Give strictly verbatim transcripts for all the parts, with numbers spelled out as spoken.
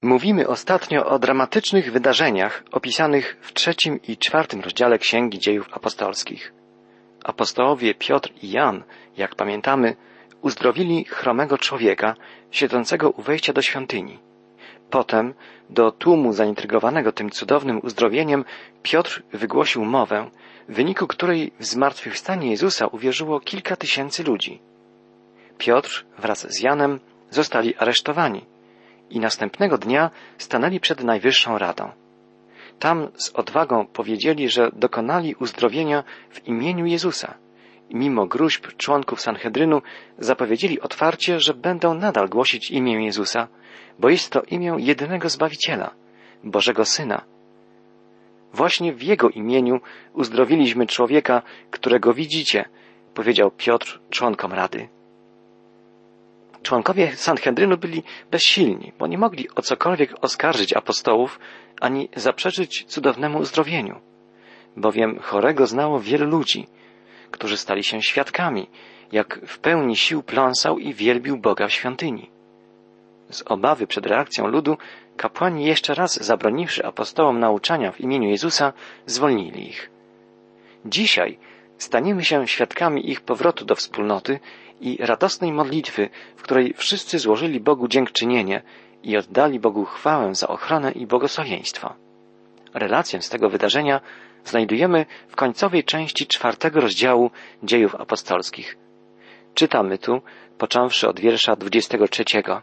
Mówimy ostatnio o dramatycznych wydarzeniach opisanych w trzecim i czwartym rozdziale Księgi Dziejów Apostolskich. Apostołowie Piotr i Jan, jak pamiętamy, uzdrowili chromego człowieka siedzącego u wejścia do świątyni. Potem do tłumu zaintrygowanego tym cudownym uzdrowieniem Piotr wygłosił mowę, w wyniku której w zmartwychwstanie Jezusa uwierzyło kilka tysięcy ludzi. Piotr wraz z Janem zostali aresztowani i następnego dnia stanęli przed Najwyższą Radą. Tam z odwagą powiedzieli, że dokonali uzdrowienia w imieniu Jezusa. I mimo gróźb członków Sanhedrynu zapowiedzieli otwarcie, że będą nadal głosić imię Jezusa, bo jest to imię jedynego Zbawiciela, Bożego Syna. Właśnie w Jego imieniu uzdrowiliśmy człowieka, którego widzicie, powiedział Piotr członkom Rady. Członkowie Sanhedrynu byli bezsilni, bo nie mogli o cokolwiek oskarżyć apostołów, ani zaprzeczyć cudownemu uzdrowieniu, bowiem chorego znało wielu ludzi, którzy stali się świadkami, jak w pełni sił pląsał i wielbił Boga w świątyni. Z obawy przed reakcją ludu kapłani jeszcze raz zabroniwszy apostołom nauczania w imieniu Jezusa, zwolnili ich. Dzisiaj staniemy się świadkami ich powrotu do wspólnoty i radosnej modlitwy, w której wszyscy złożyli Bogu dziękczynienie i oddali Bogu chwałę za ochronę i błogosławieństwo. Relację z tego wydarzenia znajdujemy w końcowej części czwartego rozdziału Dziejów Apostolskich. Czytamy tu, począwszy od wiersza dwudziestego trzeciego.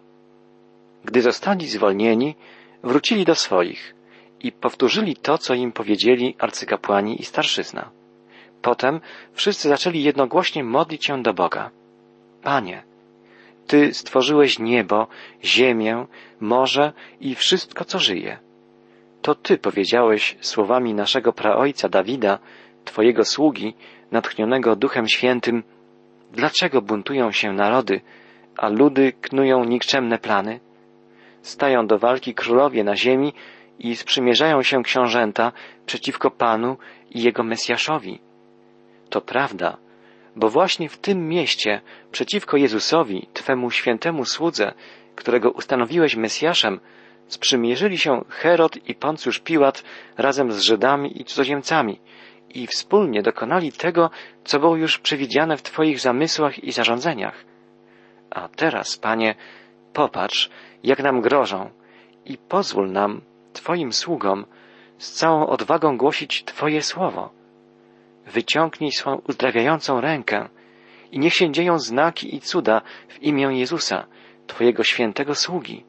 Gdy zostali zwolnieni, wrócili do swoich i powtórzyli to, co im powiedzieli arcykapłani i starszyzna. Potem wszyscy zaczęli jednogłośnie modlić się do Boga. Panie, Ty stworzyłeś niebo, ziemię, morze i wszystko, co żyje. To Ty powiedziałeś słowami naszego praojca Dawida, Twojego sługi, natchnionego Duchem Świętym, dlaczego buntują się narody, a ludy knują nikczemne plany? Stają do walki królowie na ziemi i sprzymierzają się książęta przeciwko Panu i Jego Mesjaszowi. To prawda, bo właśnie w tym mieście, przeciwko Jezusowi, Twemu świętemu słudze, którego ustanowiłeś Mesjaszem, sprzymierzyli się Herod i Poncjusz Piłat razem z Żydami i cudzoziemcami i wspólnie dokonali tego, co było już przewidziane w Twoich zamysłach i zarządzeniach. A teraz, Panie, popatrz, jak nam grożą i pozwól nam, Twoim sługom, z całą odwagą głosić Twoje słowo. Wyciągnij swą uzdrawiającą rękę i niech się dzieją znaki i cuda w imię Jezusa, Twojego świętego sługi.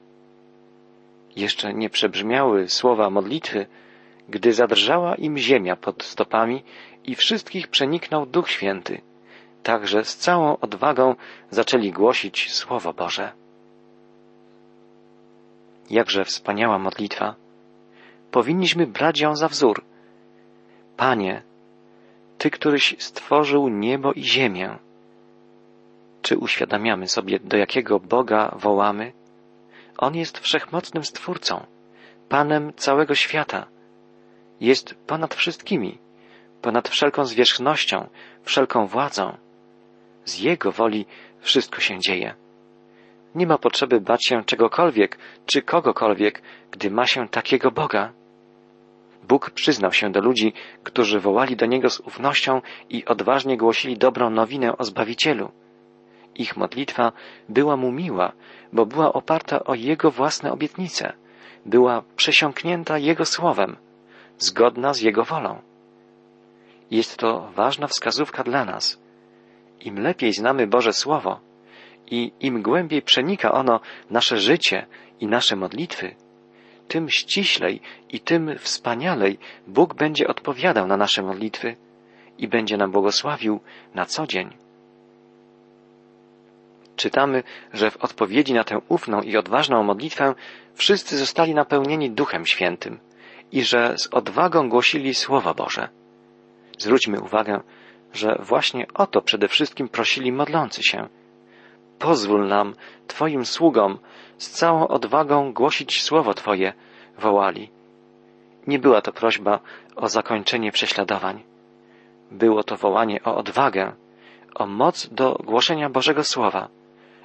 Jeszcze nie przebrzmiały słowa modlitwy, gdy zadrżała im ziemia pod stopami i wszystkich przeniknął Duch Święty. Także z całą odwagą zaczęli głosić Słowo Boże. Jakże wspaniała modlitwa. Powinniśmy brać ją za wzór. Panie, Ty, któryś stworzył niebo i ziemię. Czy uświadamiamy sobie, do jakiego Boga wołamy? On jest wszechmocnym Stwórcą, Panem całego świata. Jest ponad wszystkimi, ponad wszelką zwierzchnością, wszelką władzą. Z Jego woli wszystko się dzieje. Nie ma potrzeby bać się czegokolwiek czy kogokolwiek, gdy ma się takiego Boga. Bóg przyznał się do ludzi, którzy wołali do Niego z ufnością i odważnie głosili dobrą nowinę o Zbawicielu. Ich modlitwa była Mu miła, bo była oparta o Jego własne obietnice, była przesiąknięta Jego słowem, zgodna z Jego wolą. Jest to ważna wskazówka dla nas. Im lepiej znamy Boże Słowo i im głębiej przenika ono nasze życie i nasze modlitwy, tym ściślej i tym wspanialej Bóg będzie odpowiadał na nasze modlitwy i będzie nam błogosławił na co dzień. Czytamy, że w odpowiedzi na tę ufną i odważną modlitwę wszyscy zostali napełnieni Duchem Świętym i że z odwagą głosili Słowo Boże. Zwróćmy uwagę, że właśnie o to przede wszystkim prosili modlący się. Pozwól nam, Twoim sługom, z całą odwagą głosić Słowo Twoje, wołali. Nie była to prośba o zakończenie prześladowań. Było to wołanie o odwagę, o moc do głoszenia Bożego Słowa,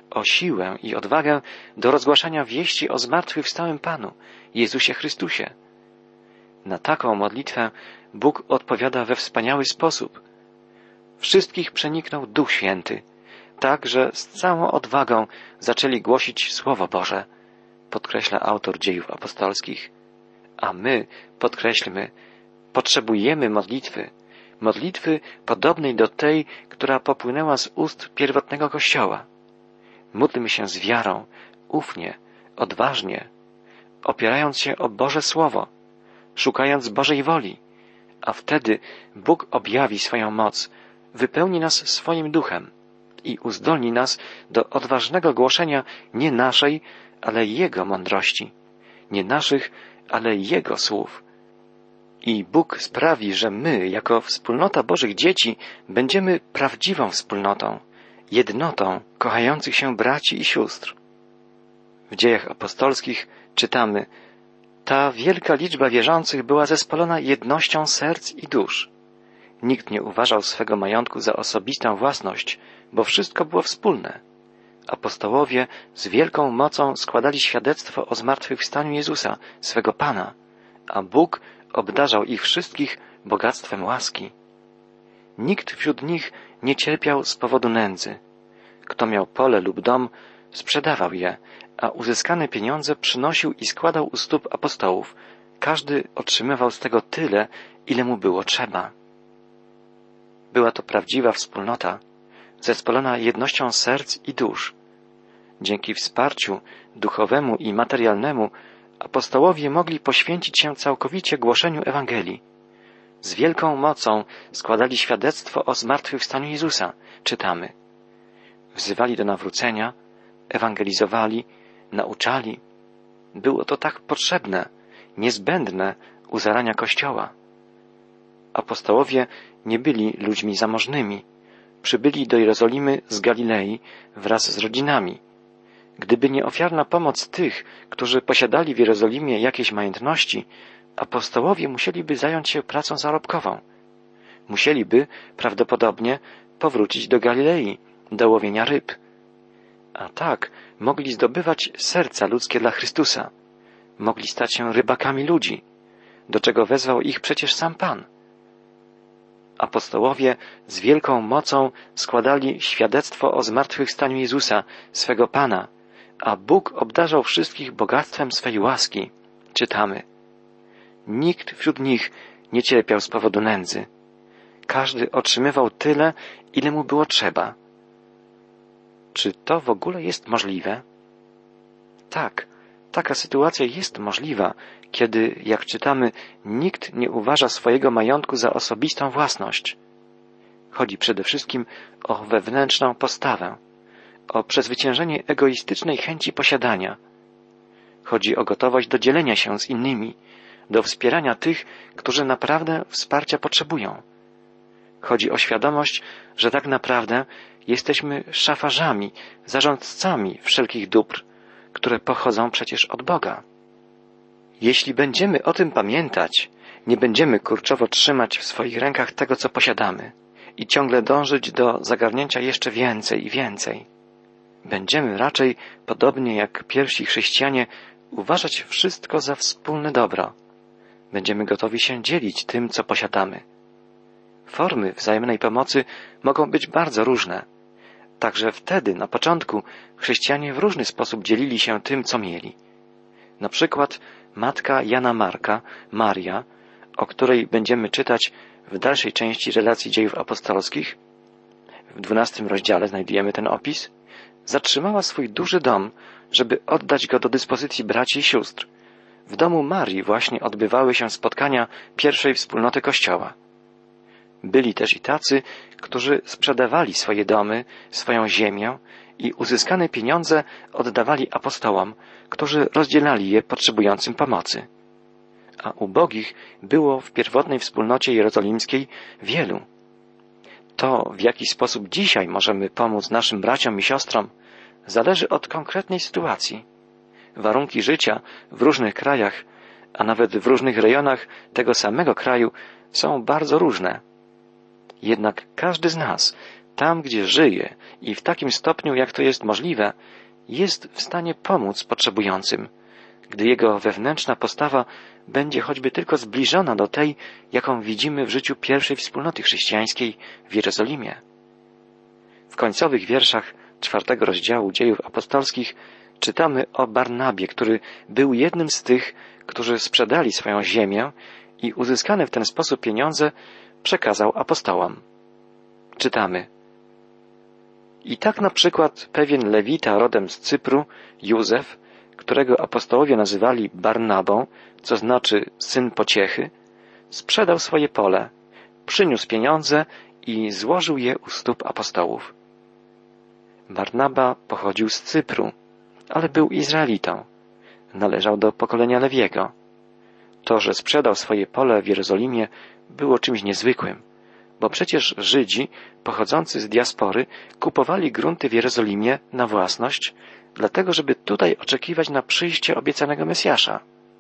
o siłę i odwagę do rozgłaszania wieści o zmartwychwstałym Panu, Jezusie Chrystusie. Na taką modlitwę Bóg odpowiada we wspaniały sposób. Wszystkich przeniknął Duch Święty, tak, że z całą odwagą zaczęli głosić Słowo Boże, podkreśla autor Dziejów Apostolskich. A my, podkreślmy, potrzebujemy modlitwy, modlitwy podobnej do tej, która popłynęła z ust pierwotnego Kościoła. Módlmy się z wiarą, ufnie, odważnie, opierając się o Boże Słowo, szukając Bożej woli, a wtedy Bóg objawi swoją moc, wypełni nas swoim duchem i uzdolni nas do odważnego głoszenia nie naszej, ale Jego mądrości, nie naszych, ale Jego słów. I Bóg sprawi, że my, jako wspólnota Bożych dzieci, będziemy prawdziwą wspólnotą, jednotą kochających się braci i sióstr. W Dziejach Apostolskich czytamy: ta wielka liczba wierzących była zespolona jednością serc i dusz. Nikt nie uważał swego majątku za osobistą własność, bo wszystko było wspólne. Apostołowie z wielką mocą składali świadectwo o zmartwychwstaniu Jezusa, swego Pana, a Bóg obdarzał ich wszystkich bogactwem łaski. Nikt wśród nich nie cierpiał z powodu nędzy. Kto miał pole lub dom, sprzedawał je, a uzyskane pieniądze przynosił i składał u stóp apostołów. Każdy otrzymywał z tego tyle, ile mu było trzeba. Była to prawdziwa wspólnota, zespolona jednością serc i dusz. Dzięki wsparciu duchowemu i materialnemu apostołowie mogli poświęcić się całkowicie głoszeniu Ewangelii. Z wielką mocą składali świadectwo o zmartwychwstaniu Jezusa, czytamy. Wzywali do nawrócenia, ewangelizowali, nauczali. Było to tak potrzebne, niezbędne u zarania Kościoła. Apostołowie nie byli ludźmi zamożnymi. Przybyli do Jerozolimy z Galilei wraz z rodzinami. Gdyby nie ofiarna pomoc tych, którzy posiadali w Jerozolimie jakieś majątności, apostołowie musieliby zająć się pracą zarobkową. Musieliby prawdopodobnie powrócić do Galilei, do łowienia ryb. A tak mogli zdobywać serca ludzkie dla Chrystusa. Mogli stać się rybakami ludzi, do czego wezwał ich przecież sam Pan. Apostołowie z wielką mocą składali świadectwo o zmartwychwstaniu Jezusa, swego Pana, a Bóg obdarzał wszystkich bogactwem swej łaski. Czytamy. Nikt wśród nich nie cierpiał z powodu nędzy. Każdy otrzymywał tyle, ile mu było trzeba. Czy to w ogóle jest możliwe? Tak, taka sytuacja jest możliwa, kiedy, jak czytamy, nikt nie uważa swojego majątku za osobistą własność. Chodzi przede wszystkim o wewnętrzną postawę, o przezwyciężenie egoistycznej chęci posiadania. Chodzi o gotowość do dzielenia się z innymi, do wspierania tych, którzy naprawdę wsparcia potrzebują. Chodzi o świadomość, że tak naprawdę jesteśmy szafarzami, zarządcami wszelkich dóbr, które pochodzą przecież od Boga. Jeśli będziemy o tym pamiętać, nie będziemy kurczowo trzymać w swoich rękach tego, co posiadamy i ciągle dążyć do zagarnięcia jeszcze więcej i więcej. Będziemy raczej, podobnie jak pierwsi chrześcijanie, uważać wszystko za wspólne dobro. Będziemy gotowi się dzielić tym, co posiadamy. Formy wzajemnej pomocy mogą być bardzo różne. Także wtedy, na początku, chrześcijanie w różny sposób dzielili się tym, co mieli. Na przykład matka Jana Marka, Maria, o której będziemy czytać w dalszej części relacji Dziejów Apostolskich, w dwunastym rozdziale znajdujemy ten opis, zatrzymała swój duży dom, żeby oddać go do dyspozycji braci i sióstr. W domu Marii właśnie odbywały się spotkania pierwszej wspólnoty Kościoła. Byli też i tacy, którzy sprzedawali swoje domy, swoją ziemię i uzyskane pieniądze oddawali apostołom, którzy rozdzielali je potrzebującym pomocy. A ubogich było w pierwotnej wspólnocie jerozolimskiej wielu. To, w jaki sposób dzisiaj możemy pomóc naszym braciom i siostrom, zależy od konkretnej sytuacji. Warunki życia w różnych krajach, a nawet w różnych rejonach tego samego kraju są bardzo różne. Jednak każdy z nas tam gdzie żyje i w takim stopniu, jak to jest możliwe, jest w stanie pomóc potrzebującym, gdy jego wewnętrzna postawa będzie choćby tylko zbliżona do tej, jaką widzimy w życiu pierwszej wspólnoty chrześcijańskiej w Jerozolimie. W końcowych wierszach czwartego rozdziału Dziejów Apostolskich czytamy o Barnabie, który był jednym z tych, którzy sprzedali swoją ziemię i uzyskane w ten sposób pieniądze przekazał apostołom. Czytamy: I tak na przykład pewien lewita rodem z Cypru, Józef, którego apostołowie nazywali Barnabą, co znaczy syn pociechy, sprzedał swoje pole, przyniósł pieniądze i złożył je u stóp apostołów. Barnaba pochodził z Cypru, ale był Izraelitą. Należał do pokolenia Lewiego. To, że sprzedał swoje pole w Jerozolimie, było czymś niezwykłym, bo przecież Żydzi pochodzący z diaspory kupowali grunty w Jerozolimie na własność, dlatego żeby tutaj oczekiwać na przyjście obiecanego Mesjasza.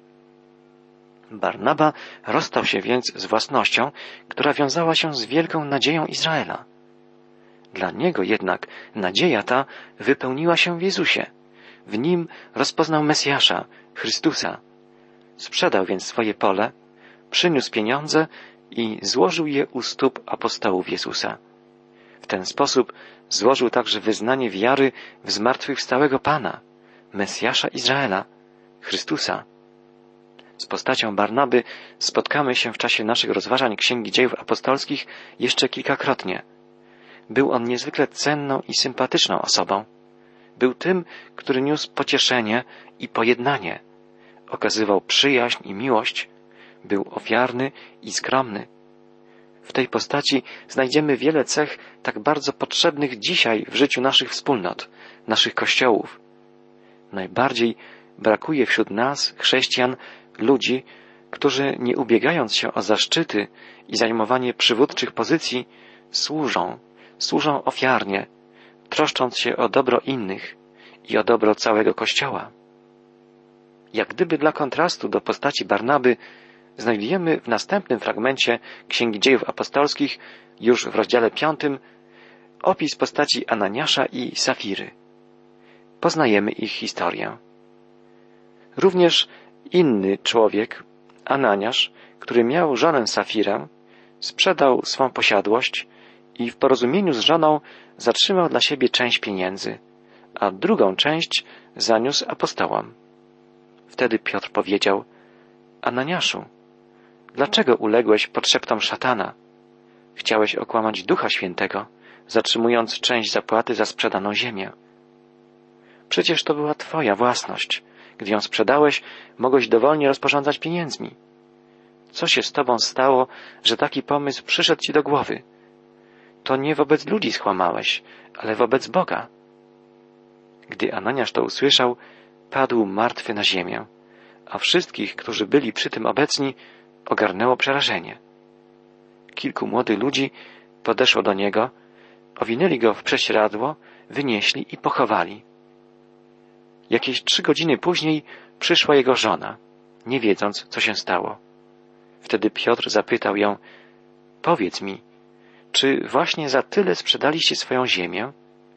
Barnaba rozstał się więc z własnością, która wiązała się z wielką nadzieją Izraela. Dla niego jednak nadzieja ta wypełniła się w Jezusie. W nim rozpoznał Mesjasza, Chrystusa. Sprzedał więc swoje pole, przyniósł pieniądze i złożył je u stóp apostołów Jezusa. W ten sposób złożył także wyznanie wiary w zmartwychwstałego Pana, Mesjasza Izraela, Chrystusa. Z postacią Barnaby spotkamy się w czasie naszych rozważań Księgi Dziejów Apostolskich jeszcze kilkakrotnie. Był on niezwykle cenną i sympatyczną osobą. Był tym, który niósł pocieszenie i pojednanie. Okazywał przyjaźń i miłość. Był ofiarny i skromny. W tej postaci znajdziemy wiele cech tak bardzo potrzebnych dzisiaj w życiu naszych wspólnot, naszych kościołów. Najbardziej brakuje wśród nas, chrześcijan, ludzi, którzy nie ubiegając się o zaszczyty i zajmowanie przywódczych pozycji, służą, służą ofiarnie, troszcząc się o dobro innych i o dobro całego Kościoła. Jak gdyby dla kontrastu do postaci Barnaby znajdujemy w następnym fragmencie Księgi Dziejów Apostolskich, już w rozdziale piątym, opis postaci Ananiasza i Safiry. Poznajemy ich historię. Również inny człowiek, Ananiasz, który miał żonę Safirę, sprzedał swą posiadłość i w porozumieniu z żoną zatrzymał dla siebie część pieniędzy, a drugą część zaniósł apostołom. Wtedy Piotr powiedział: Ananiaszu, dlaczego uległeś podszeptom szatana? Chciałeś okłamać Ducha Świętego, zatrzymując część zapłaty za sprzedaną ziemię. Przecież to była twoja własność. Gdy ją sprzedałeś, mogłeś dowolnie rozporządzać pieniędzmi. Co się z tobą stało, że taki pomysł przyszedł ci do głowy? To nie wobec ludzi skłamałeś, ale wobec Boga. Gdy Ananiasz to usłyszał, padł martwy na ziemię, a wszystkich, którzy byli przy tym obecni, ogarnęło przerażenie. Kilku młodych ludzi podeszło do niego, owinęli go w prześcieradło, wynieśli i pochowali. Jakieś trzy godziny później przyszła jego żona, nie wiedząc, co się stało. Wtedy Piotr zapytał ją: powiedz mi, czy właśnie za tyle sprzedaliście swoją ziemię?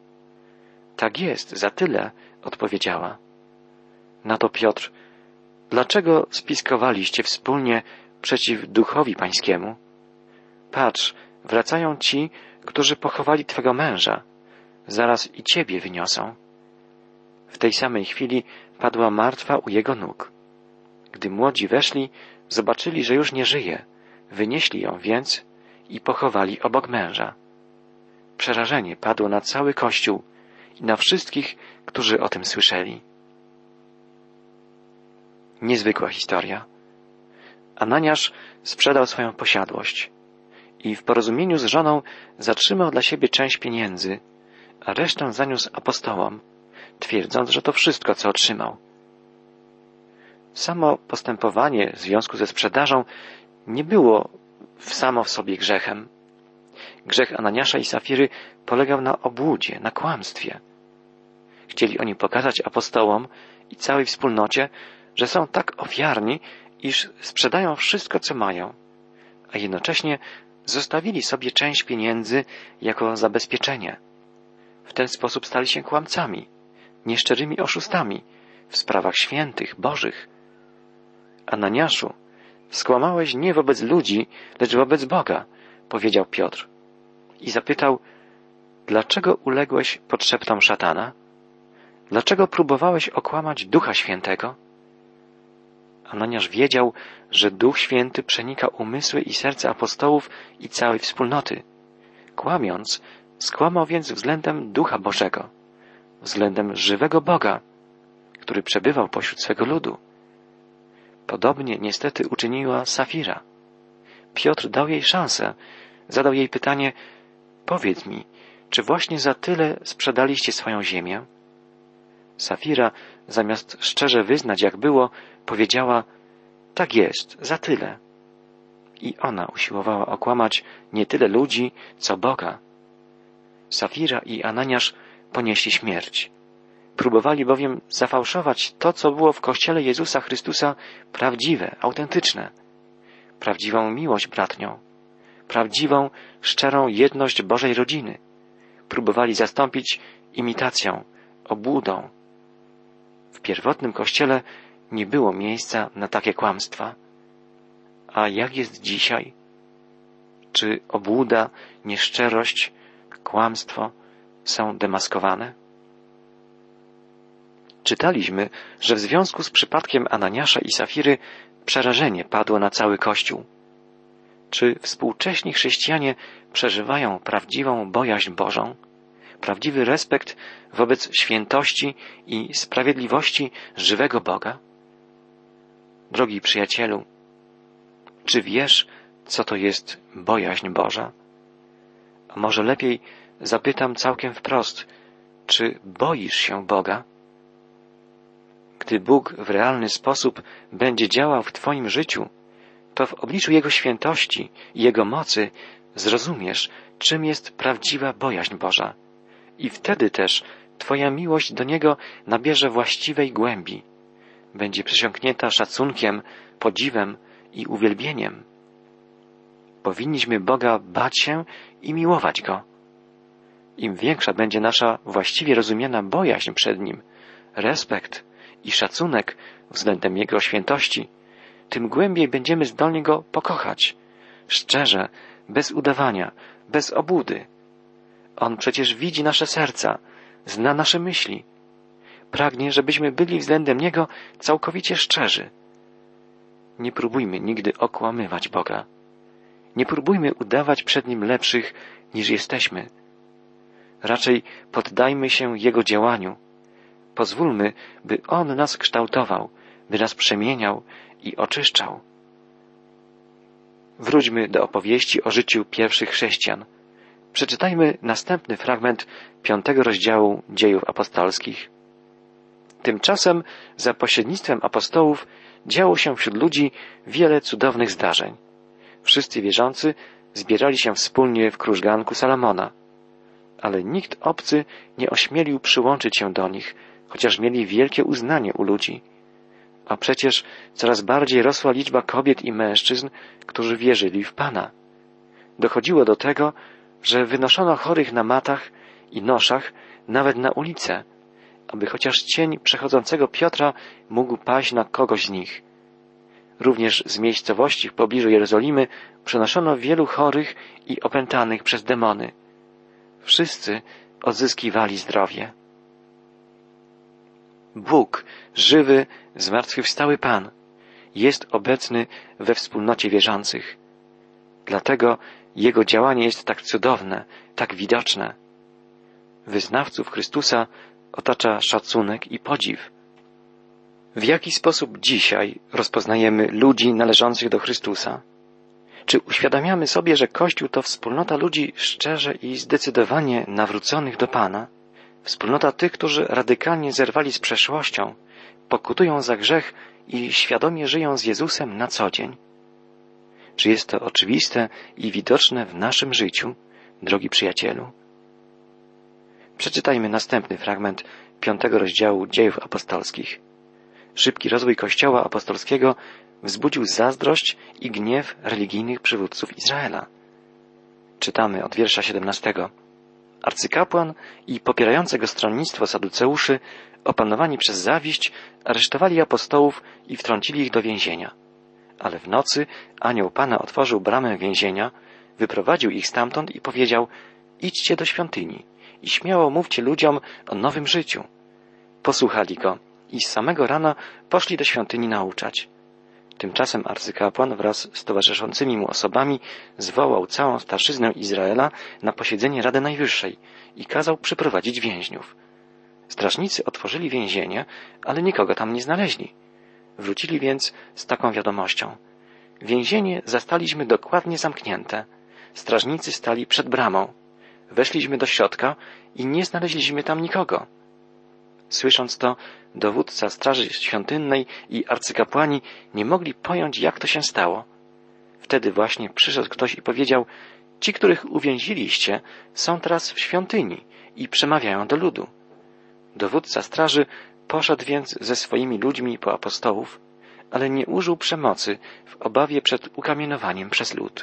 Tak jest, za tyle, odpowiedziała. Na to Piotr: dlaczego spiskowaliście wspólnie przeciw Duchowi Pańskiemu? Patrz, wracają ci, którzy pochowali twego męża. Zaraz i ciebie wyniosą. W tej samej chwili padła martwa u jego nóg. Gdy młodzi weszli, zobaczyli, że już nie żyje. Wynieśli ją więc i pochowali obok męża. Przerażenie padło na cały Kościół i na wszystkich, którzy o tym słyszeli. Niezwykła historia. Ananiasz sprzedał swoją posiadłość i w porozumieniu z żoną zatrzymał dla siebie część pieniędzy, a resztę zaniósł apostołom, twierdząc, że to wszystko, co otrzymał. Samo postępowanie w związku ze sprzedażą nie było w samo w sobie grzechem. Grzech Ananiasza i Safiry polegał na obłudzie, na kłamstwie. Chcieli oni pokazać apostołom i całej wspólnocie, że są tak ofiarni, iż sprzedają wszystko, co mają, a jednocześnie zostawili sobie część pieniędzy jako zabezpieczenie. W ten sposób stali się kłamcami, nieszczerymi oszustami w sprawach świętych, bożych. Ananiaszu, skłamałeś nie wobec ludzi, lecz wobec Boga, powiedział Piotr. I zapytał, dlaczego uległeś pod szeptom szatana? Dlaczego próbowałeś okłamać Ducha Świętego? Ananiasz wiedział, że Duch Święty przenika umysły i serca apostołów i całej wspólnoty. Kłamiąc, skłamał więc względem Ducha Bożego, względem żywego Boga, który przebywał pośród swego ludu. Podobnie niestety uczyniła Safira. Piotr dał jej szansę, zadał jej pytanie, powiedz mi, czy właśnie za tyle sprzedaliście swoją ziemię? Safira, zamiast szczerze wyznać, jak było, powiedziała, tak jest, za tyle. I ona usiłowała okłamać nie tyle ludzi, co Boga. Safira i Ananiasz ponieśli śmierć. Próbowali bowiem zafałszować to, co było w Kościele Jezusa Chrystusa prawdziwe, autentyczne. Prawdziwą miłość bratnią, prawdziwą, szczerą jedność Bożej rodziny. Próbowali zastąpić imitacją, obłudą. W pierwotnym Kościele nie było miejsca na takie kłamstwa. A jak jest dzisiaj? Czy obłuda, nieszczerość, kłamstwo są demaskowane? Czytaliśmy, że w związku z przypadkiem Ananiasza i Safiry przerażenie padło na cały Kościół. Czy współcześni chrześcijanie przeżywają prawdziwą bojaźń Bożą, prawdziwy respekt wobec świętości i sprawiedliwości żywego Boga? Drogi przyjacielu, czy wiesz, co to jest bojaźń Boża? A może lepiej zapytam całkiem wprost, czy boisz się Boga? Gdy Bóg w realny sposób będzie działał w Twoim życiu, to w obliczu Jego świętości i Jego mocy zrozumiesz, czym jest prawdziwa bojaźń Boża. I wtedy też Twoja miłość do Niego nabierze właściwej głębi. Będzie przesiąknięta szacunkiem, podziwem i uwielbieniem. Powinniśmy Boga bać się i miłować Go. Im większa będzie nasza właściwie rozumiana bojaźń przed Nim, respekt i szacunek względem Jego świętości, tym głębiej będziemy zdolni Go pokochać, szczerze, bez udawania, bez obłudy. On przecież widzi nasze serca, zna nasze myśli. Pragnie, żebyśmy byli względem Niego całkowicie szczerzy. Nie próbujmy nigdy okłamywać Boga. Nie próbujmy udawać przed Nim lepszych, niż jesteśmy. Raczej poddajmy się Jego działaniu. Pozwólmy, by On nas kształtował, by nas przemieniał i oczyszczał. Wróćmy do opowieści o życiu pierwszych chrześcijan. Przeczytajmy następny fragment piątego rozdziału Dziejów Apostolskich. Tymczasem za pośrednictwem apostołów działo się wśród ludzi wiele cudownych zdarzeń. Wszyscy wierzący zbierali się wspólnie w krużganku Salomona, ale nikt obcy nie ośmielił przyłączyć się do nich, chociaż mieli wielkie uznanie u ludzi. A przecież coraz bardziej rosła liczba kobiet i mężczyzn, którzy wierzyli w Pana. Dochodziło do tego, że wynoszono chorych na matach i noszach nawet na ulicę, aby chociaż cień przechodzącego Piotra mógł paść na kogoś z nich. Również z miejscowości w pobliżu Jerozolimy przenoszono wielu chorych i opętanych przez demony. Wszyscy odzyskiwali zdrowie. Bóg, żywy, zmartwychwstały Pan, jest obecny we wspólnocie wierzących. Dlatego Jego działanie jest tak cudowne, tak widoczne. Wyznawców Chrystusa otacza szacunek i podziw. W jaki sposób dzisiaj rozpoznajemy ludzi należących do Chrystusa? Czy uświadamiamy sobie, że Kościół to wspólnota ludzi szczerze i zdecydowanie nawróconych do Pana? Wspólnota tych, którzy radykalnie zerwali z przeszłością, pokutują za grzech i świadomie żyją z Jezusem na co dzień? Czy jest to oczywiste i widoczne w naszym życiu, drogi przyjacielu? Przeczytajmy następny fragment piątego rozdziału Dziejów Apostolskich. Szybki rozwój Kościoła apostolskiego wzbudził zazdrość i gniew religijnych przywódców Izraela. Czytamy od wiersza siedemnastego. Arcykapłan i popierające go stronnictwo saduceuszy, opanowani przez zawiść, aresztowali apostołów i wtrącili ich do więzienia. Ale w nocy anioł Pana otworzył bramę więzienia, wyprowadził ich stamtąd i powiedział: idźcie do świątyni i śmiało mówcie ludziom o nowym życiu. Posłuchali go i z samego rana poszli do świątyni nauczać. Tymczasem arcykapłan wraz z towarzyszącymi mu osobami zwołał całą starszyznę Izraela na posiedzenie Rady Najwyższej i kazał przyprowadzić więźniów. Strażnicy otworzyli więzienie, ale nikogo tam nie znaleźli. Wrócili więc z taką wiadomością: więzienie zastaliśmy dokładnie zamknięte. Strażnicy stali przed bramą. Weszliśmy do środka i nie znaleźliśmy tam nikogo. Słysząc to, dowódca straży świątynnej i arcykapłani nie mogli pojąć, jak to się stało. Wtedy właśnie przyszedł ktoś i powiedział: ci, których uwięziliście, są teraz w świątyni i przemawiają do ludu. Dowódca straży poszedł więc ze swoimi ludźmi po apostołów, ale nie użył przemocy w obawie przed ukamienowaniem przez lud.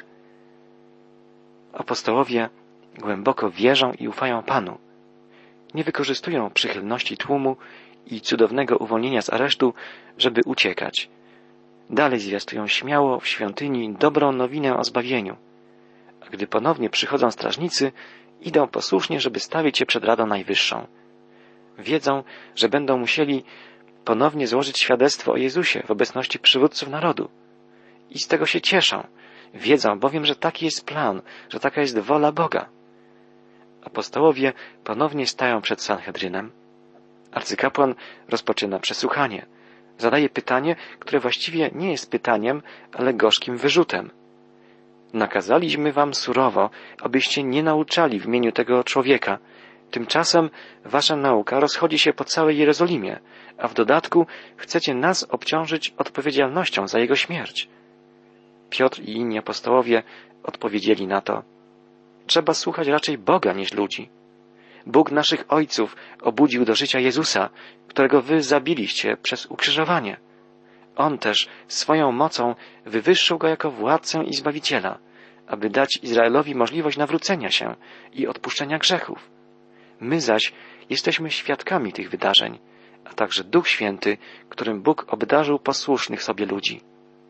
Apostołowie głęboko wierzą i ufają Panu. Nie wykorzystują przychylności tłumu i cudownego uwolnienia z aresztu, żeby uciekać. Dalej zwiastują śmiało w świątyni dobrą nowinę o zbawieniu. A gdy ponownie przychodzą strażnicy, idą posłusznie, żeby stawić się przed Radą Najwyższą. Wiedzą, że będą musieli ponownie złożyć świadectwo o Jezusie w obecności przywódców narodu. I z tego się cieszą. Wiedzą bowiem, że taki jest plan, że taka jest wola Boga. Apostołowie ponownie stają przed Sanhedrynem. Arcykapłan rozpoczyna przesłuchanie. Zadaje pytanie, które właściwie nie jest pytaniem, ale gorzkim wyrzutem. Nakazaliśmy wam surowo, abyście nie nauczali w imieniu tego człowieka. Tymczasem wasza nauka rozchodzi się po całej Jerozolimie, a w dodatku chcecie nas obciążyć odpowiedzialnością za jego śmierć. Piotr i inni apostołowie odpowiedzieli na to: trzeba słuchać raczej Boga niż ludzi. Bóg naszych ojców obudził do życia Jezusa, którego wy zabiliście przez ukrzyżowanie. On też swoją mocą wywyższył go jako władcę i zbawiciela, aby dać Izraelowi możliwość nawrócenia się i odpuszczenia grzechów. My zaś jesteśmy świadkami tych wydarzeń, a także Duch Święty, którym Bóg obdarzył posłusznych sobie ludzi.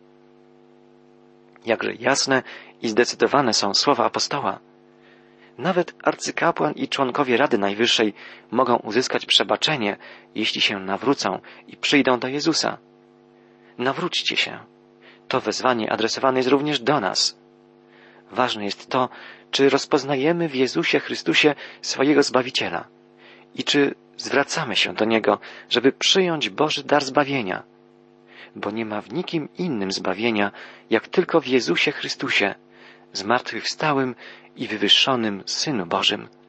Jakże jasne i zdecydowane są słowa apostoła. Nawet arcykapłan i członkowie Rady Najwyższej mogą uzyskać przebaczenie, jeśli się nawrócą i przyjdą do Jezusa. Nawróćcie się. To wezwanie adresowane jest również do nas. Ważne jest to, czy rozpoznajemy w Jezusie Chrystusie swojego Zbawiciela i czy zwracamy się do Niego, żeby przyjąć Boży dar zbawienia, bo nie ma w nikim innym zbawienia, jak tylko w Jezusie Chrystusie, zmartwychwstałym i wywyższonym Synu Bożym.